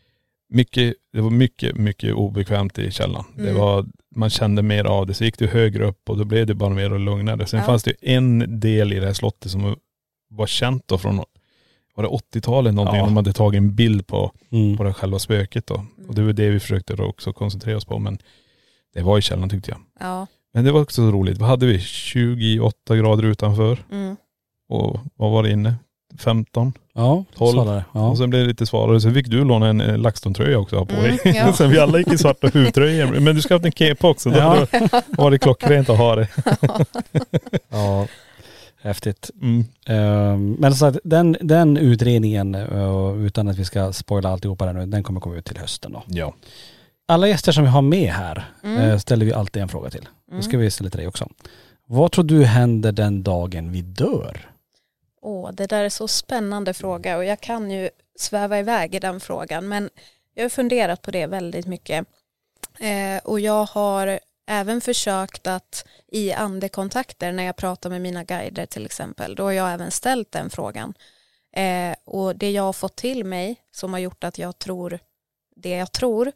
Det var mycket obekvämt i källan. Det var, man kände mer av det. Så gick du högre upp och då blev det bara mer och lugnare. Sen fanns det en del i det här slottet som var känt då från, var det 80-talet någonting, de hade tagit en bild på det själva spöket då. Och det var det vi försökte då också koncentrera oss på, men det var i källan tyckte jag. Ja. Men det var också så roligt. Vad hade vi? 28 grader utanför. Och vad var det inne? 15? Ja, 12. Ja. Och sen blev det lite svalare. Sen fick du låna en LaxTon-tröja också på dig. Ja. Sen vi alla gick i svarta huvtröjor. Men du ska ha en kepa också. Då var det klockrent att ha det. Ja, häftigt. Men så att den utredningen, utan att vi ska spoila alltihopa där nu, den kommer komma ut till hösten då. Ja. Alla gäster som vi har med här ställer vi alltid en fråga till. Då ska vi ställa till dig också. Vad tror du händer den dagen vi dör? Det där är så spännande fråga och jag kan ju sväva iväg i den frågan, men jag har funderat på det väldigt mycket. Och jag har även försökt att i andekontakter, när jag pratar med mina guider till exempel, då har jag även ställt den frågan. Och det jag har fått till mig som har gjort att jag tror det jag tror,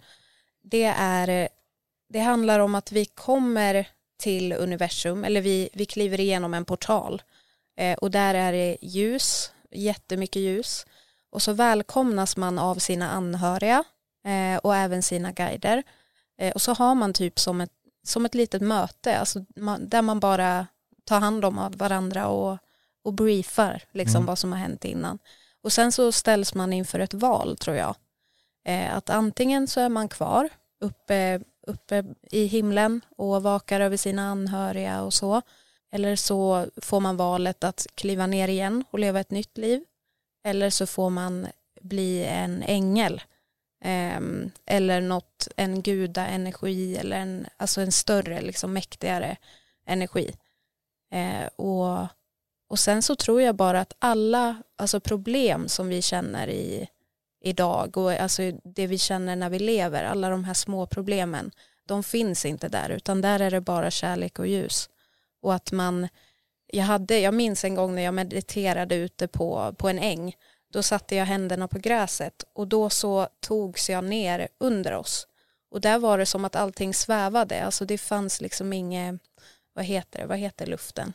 det handlar om att vi kommer till universum, eller vi kliver igenom en portal. Och där är det ljus, jättemycket ljus. Och så välkomnas man av sina anhöriga och även sina guider. Och så har man typ som ett litet möte, alltså där man bara tar hand om varandra och briefar liksom vad som har hänt innan. Och sen så ställs man inför ett val, tror jag. Att antingen så är man kvar uppe i himlen och vakar över sina anhöriga och så. Eller så får man valet att kliva ner igen och leva ett nytt liv. Eller så får man bli en ängel. Eller en gudaenergi eller en större, liksom mäktigare energi. Och sen så tror jag bara att alla problem som vi känner idag och alltså det vi känner när vi lever, alla de här små problemen, de finns inte där, utan där är det bara kärlek och ljus. Och att jag minns en gång när jag mediterade ute på en äng, då satte jag händerna på gräset och då så togs jag ner under oss. Och där var det som att allting svävade, alltså det fanns liksom inget, vad heter luften?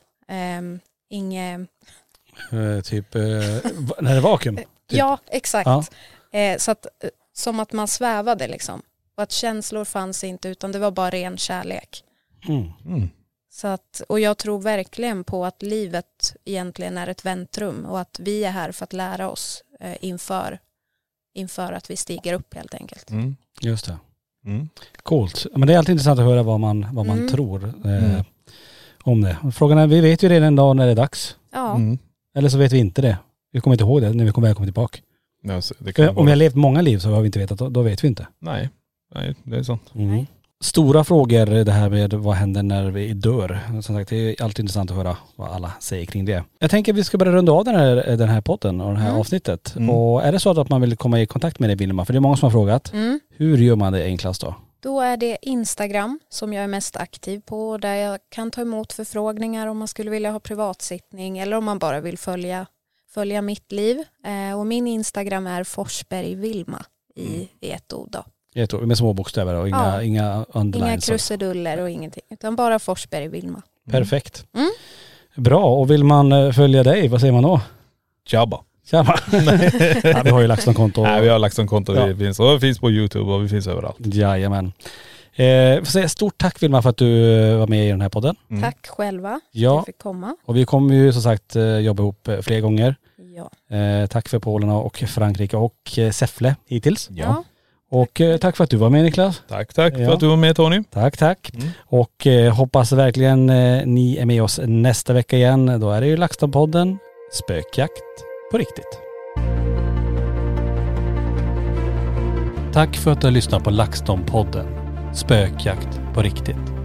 När det är vakuum? Typ. Ja, exakt. Ja. Så att, som att man svävade liksom. Och att känslor fanns inte, utan det var bara ren kärlek. Så att, och jag tror verkligen på att livet egentligen är ett väntrum och att vi är här för att lära oss inför att vi stiger upp helt enkelt. Just det. Coolt. Men det är alltid intressant att höra vad man tror om det. Frågan är, vi vet ju redan en dag när det är dags. Ja. Eller så vet vi inte det. Vi kommer inte ihåg det när vi kommer tillbaka. Ja, om vi har levt många liv så har vi inte vetat, då vet vi inte. Nej, det är sant. Stora frågor det här med vad händer när vi dör. Som sagt, det är alltid intressant att höra vad alla säger kring det. Jag tänker att vi ska börja runda av den här podden och det här avsnittet. Och är det så att man vill komma i kontakt med dig, Vilma, för det är många som har frågat. Hur gör man det enklast då? Då är det Instagram som jag är mest aktiv på, där jag kan ta emot förfrågningar om man skulle vilja ha privatsittning eller om man bara vill följa mitt liv. Och min Instagram är Forsberg Vilma i ett ord då. Med små bokstäver och inga underlines. Inga krusiduller och ingenting, utan bara Forsberg Vilma. Perfekt. Bra, och vill man följa dig, vad säger man då? Tjabba. Ja, vi har ju LaxTon-konto. Nej, vi har LaxTon-konto. Det finns på YouTube och vi finns överallt. Jajamän. Får säga stort tack, Vilma, för att du var med i den här podden. Tack själva. Ja. Jag fick komma. Och vi kommer ju som sagt jobba ihop fler gånger. Ja. Tack för Polen och Frankrike och Säffle hittills. Ja. Och tack för att du var med, Niklas. Tack för att du var med, Tony. Tack. Och hoppas verkligen ni är med oss nästa vecka igen. Då är det ju LaxTon-podden Spökjakt på riktigt. Tack för att du har lyssnat på LaxTon-podden Spökjakt på riktigt.